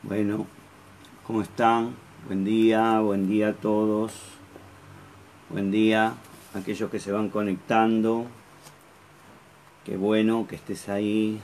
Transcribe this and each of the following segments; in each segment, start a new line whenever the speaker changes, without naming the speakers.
Bueno, ¿cómo están? Buen día a todos. Buen día a aquellos que se van conectando. Qué bueno que estés ahí.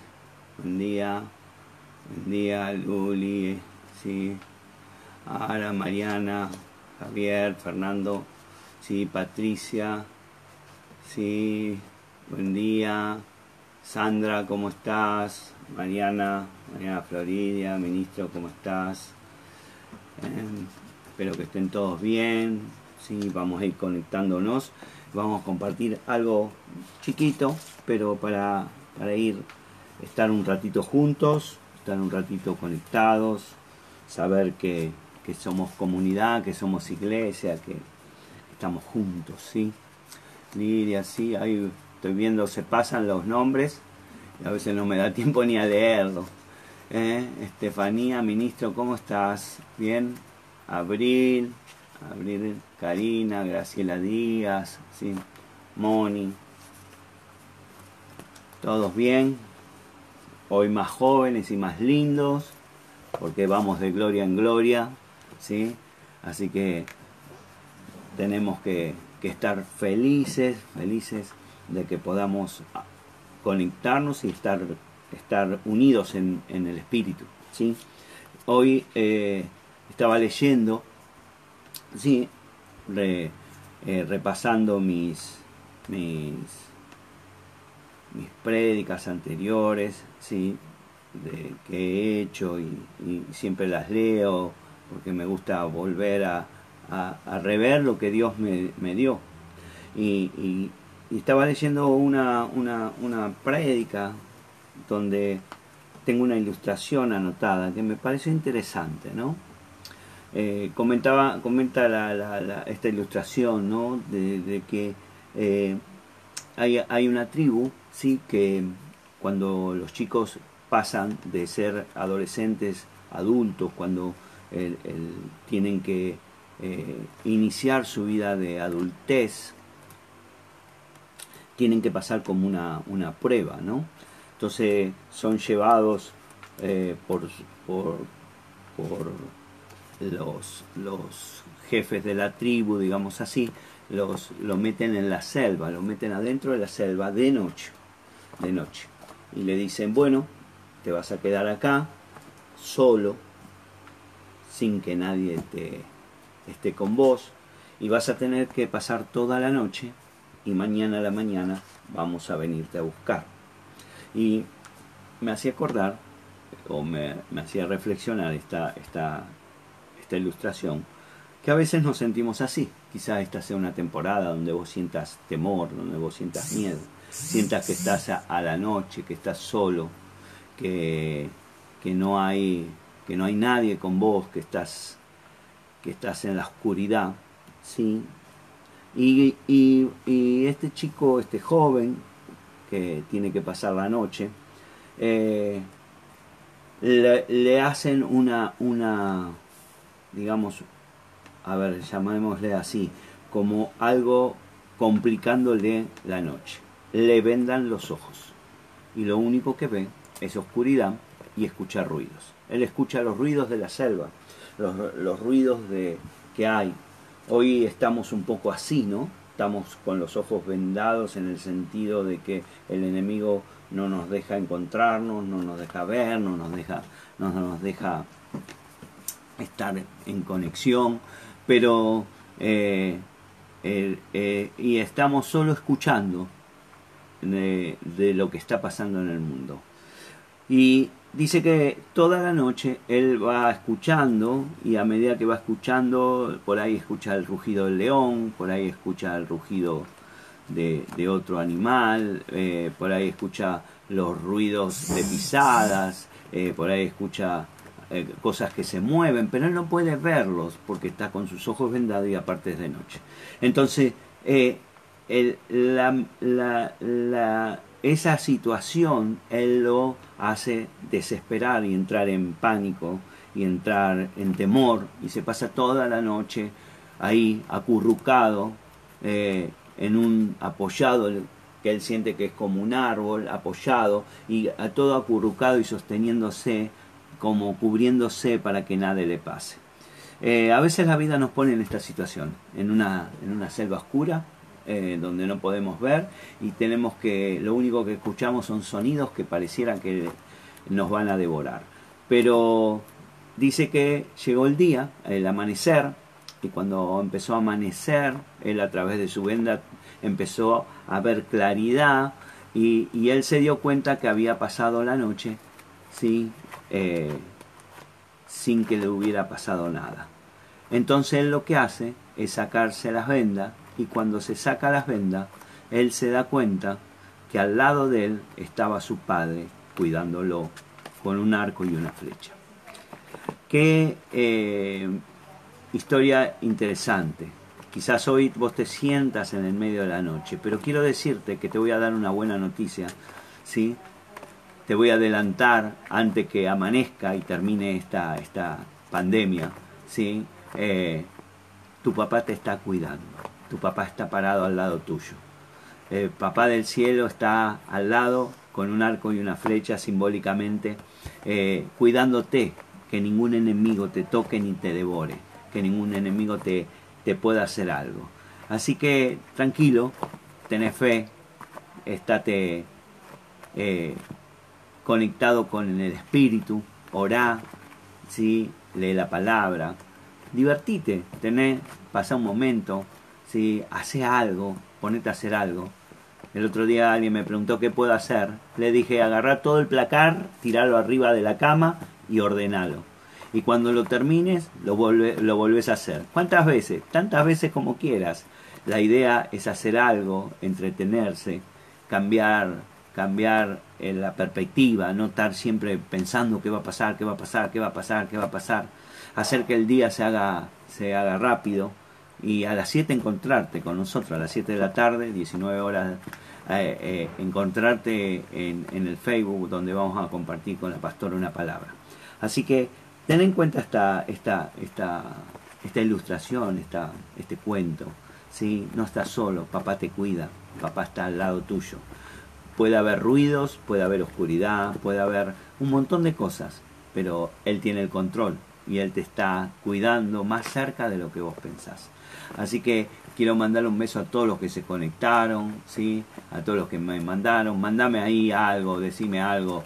Buen día, Luli, sí, Ara, Mariana, Javier, Fernando, sí, Patricia, sí, buen día. Sandra, ¿cómo estás? Mariana Floridia, ministro, ¿cómo estás? Espero que estén todos bien. Sí, vamos a ir conectándonos. Vamos a compartir algo chiquito, pero para estar un ratito juntos, estar un ratito conectados, saber que somos comunidad, que somos iglesia, que estamos juntos, ¿sí? Lidia, sí, ahí estoy viendo, se pasan los nombres y a veces no me da tiempo ni a leerlo. Estefanía, ministro, ¿cómo estás? Bien. Abril, Karina, Graciela Díaz, ¿sí? Moni, todos bien. Hoy más jóvenes y más lindos, porque vamos de gloria en gloria, ¿sí? Así que tenemos que estar felices de que podamos conectarnos y estar unidos en el espíritu, ¿sí? Hoy estaba leyendo, sí, repasando mis prédicas anteriores, sí, que he hecho y siempre las leo porque me gusta volver a rever lo que Dios me dio. Y estaba leyendo una prédica donde tengo una ilustración anotada que me pareció interesante, ¿no? Comenta esta ilustración, ¿no? De que hay una tribu, sí, que cuando los chicos pasan de ser adolescentes, adultos, cuando tienen que iniciar su vida de adultez, tienen que pasar como una prueba, ¿no? Entonces son llevados por los jefes de la tribu, digamos así, lo meten en la selva, lo meten adentro de la selva de noche, y le dicen, bueno, te vas a quedar acá solo, sin que nadie esté con vos, y vas a tener que pasar toda la noche y mañana a la mañana vamos a venirte a buscar. Y me hacía acordar, o me hacía reflexionar esta ilustración, que a veces nos sentimos así. Quizás esta sea una temporada donde vos sientas temor, donde vos sientas miedo, sientas que estás a la noche, que estás solo, que no hay nadie con vos, que estás en la oscuridad, ¿sí? Y este chico, este joven que tiene que pasar la noche, le hacen digamos, a ver, llamémosle así, como algo complicándole la noche. Le vendan los ojos y lo único que ve es oscuridad y escucha ruidos. Él escucha los ruidos de la selva, los ruidos que hay. Hoy estamos un poco así, ¿no? Estamos con los ojos vendados en el sentido de que el enemigo no nos deja encontrarnos, no nos deja ver, no nos deja estar en conexión, pero y estamos solo escuchando de lo que está pasando en el mundo. Y dice que toda la noche él va escuchando, y a medida que va escuchando, por ahí escucha el rugido del león, por ahí escucha el rugido de otro animal, por ahí escucha los ruidos de pisadas, por ahí escucha cosas que se mueven, pero él no puede verlos porque está con sus ojos vendados y aparte es de noche. Entonces, esa situación él lo hace desesperar y entrar en pánico y entrar en temor, y se pasa toda la noche ahí acurrucado, en un apoyado, que él siente que es como un árbol apoyado y a todo acurrucado y sosteniéndose como cubriéndose para que nada le pase. A veces la vida nos pone en esta situación, en una selva oscura, donde no podemos ver y tenemos que, lo único que escuchamos son sonidos que parecieran que nos van a devorar. Pero dice que llegó el día, el amanecer, y cuando empezó a amanecer, él a través de su venda empezó a ver claridad y él se dio cuenta que había pasado la noche, ¿sí? Sin que le hubiera pasado nada. Entonces él lo que hace es sacarse las vendas y cuando se saca las vendas, él se da cuenta que al lado de él estaba su padre cuidándolo con un arco y una flecha. Qué historia interesante. Quizás hoy vos te sientas en el medio de la noche, pero quiero decirte que te voy a dar una buena noticia, ¿sí? Te voy a adelantar antes que amanezca y termine esta pandemia, ¿sí? Tu papá te está cuidando, tu papá está parado al lado tuyo. El papá del cielo está al lado con un arco y una flecha simbólicamente, cuidándote, que ningún enemigo te toque ni te devore, que ningún enemigo te pueda hacer algo. Así que tranquilo, tenés fe, estate conectado con el Espíritu, orá, ¿sí? Lee la palabra, divertite, pasá un momento, ¿sí? Hacé algo, ponete a hacer algo. El otro día alguien me preguntó qué puedo hacer. Le dije, agarrar todo el placar, tirarlo arriba de la cama y ordenalo. Y cuando lo termines, lo volvés a hacer. ¿Cuántas veces? Tantas veces como quieras. La idea es hacer algo, entretenerse, cambiar la perspectiva, no estar siempre pensando qué va a pasar, qué va a pasar, qué va a pasar, qué va a pasar. Hacer que el día se haga rápido y a las 7 encontrarte con nosotros, a las 7 de la tarde, 19 horas, encontrarte en el Facebook donde vamos a compartir con la pastora una palabra. Así que ten en cuenta esta ilustración, este cuento, ¿sí? No estás solo, papá te cuida, papá está al lado tuyo. Puede haber ruidos, puede haber oscuridad, puede haber un montón de cosas, pero él tiene el control y él te está cuidando más cerca de lo que vos pensás. Así que quiero mandarle un beso a todos los que se conectaron, ¿sí? A todos los que me mandaron. Mandame ahí algo, decime algo,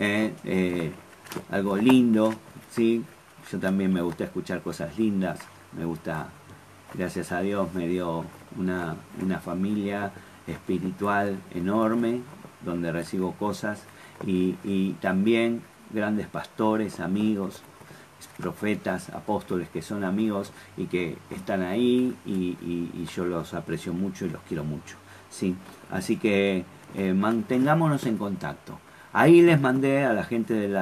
algo lindo, ¿sí? Yo también me gusta escuchar cosas lindas, me gusta, gracias a Dios me dio una familia espiritual enorme, donde recibo cosas y también grandes pastores, amigos, profetas, apóstoles que son amigos y que están ahí y yo los aprecio mucho y los quiero mucho, ¿sí? Así que mantengámonos en contacto. Ahí les mandé a la gente de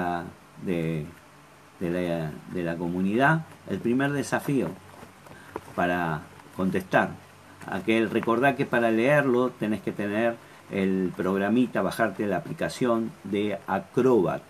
la comunidad el primer desafío para contestar. Recordá que para leerlo tenés que tener el programita, bajarte la aplicación de Acrobat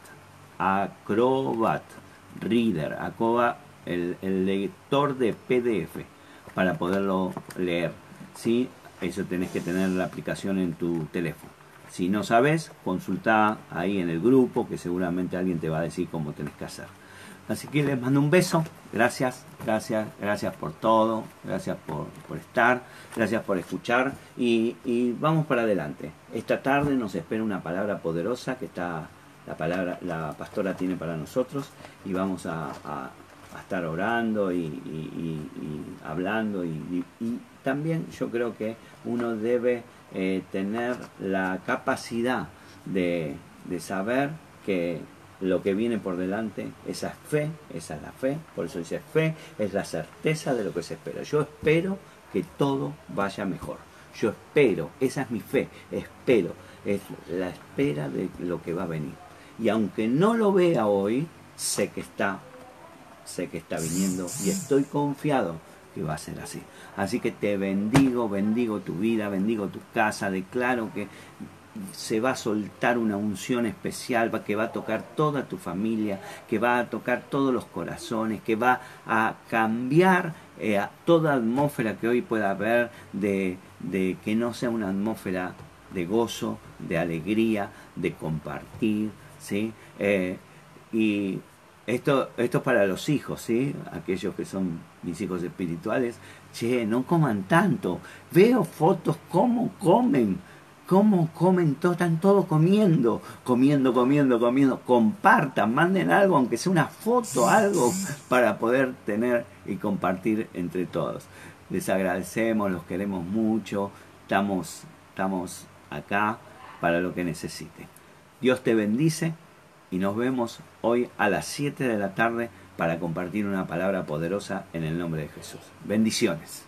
Reader, el lector de PDF para poderlo leer, ¿sí? Eso tenés que tener la aplicación en tu teléfono. Si no sabes, consultá ahí en el grupo, que seguramente alguien te va a decir cómo tenés que hacer. Así que les mando un beso, gracias por todo, gracias por estar, gracias por escuchar y vamos para adelante. Esta tarde nos espera una palabra poderosa que la pastora tiene para nosotros y vamos a estar orando y hablando y también yo creo que uno debe tener la capacidad de saber que lo que viene por delante, esa es la fe, por eso dice fe, es la certeza de lo que se espera. Yo espero que todo vaya mejor. Yo espero, esa es mi fe, espero, es la espera de lo que va a venir. Y aunque no lo vea hoy, sé que está viniendo y estoy confiado que va a ser así. Así que te bendigo tu vida, bendigo tu casa, declaro que se va a soltar una unción especial que va a tocar toda tu familia, que va a tocar todos los corazones, que va a cambiar toda atmósfera que hoy pueda haber, de que no sea una atmósfera de gozo, de alegría, de compartir, ¿sí? Y Esto es para los hijos, ¿sí? Aquellos que son mis hijos espirituales. Che, no coman tanto. Veo fotos cómo comen, están todos comiendo, comiendo. Compartan, manden algo, aunque sea una foto, algo para poder tener y compartir entre todos. Les agradecemos, los queremos mucho. Estamos acá para lo que necesiten. Dios te bendice. Y nos vemos hoy a las 7 de la tarde para compartir una palabra poderosa en el nombre de Jesús. Bendiciones.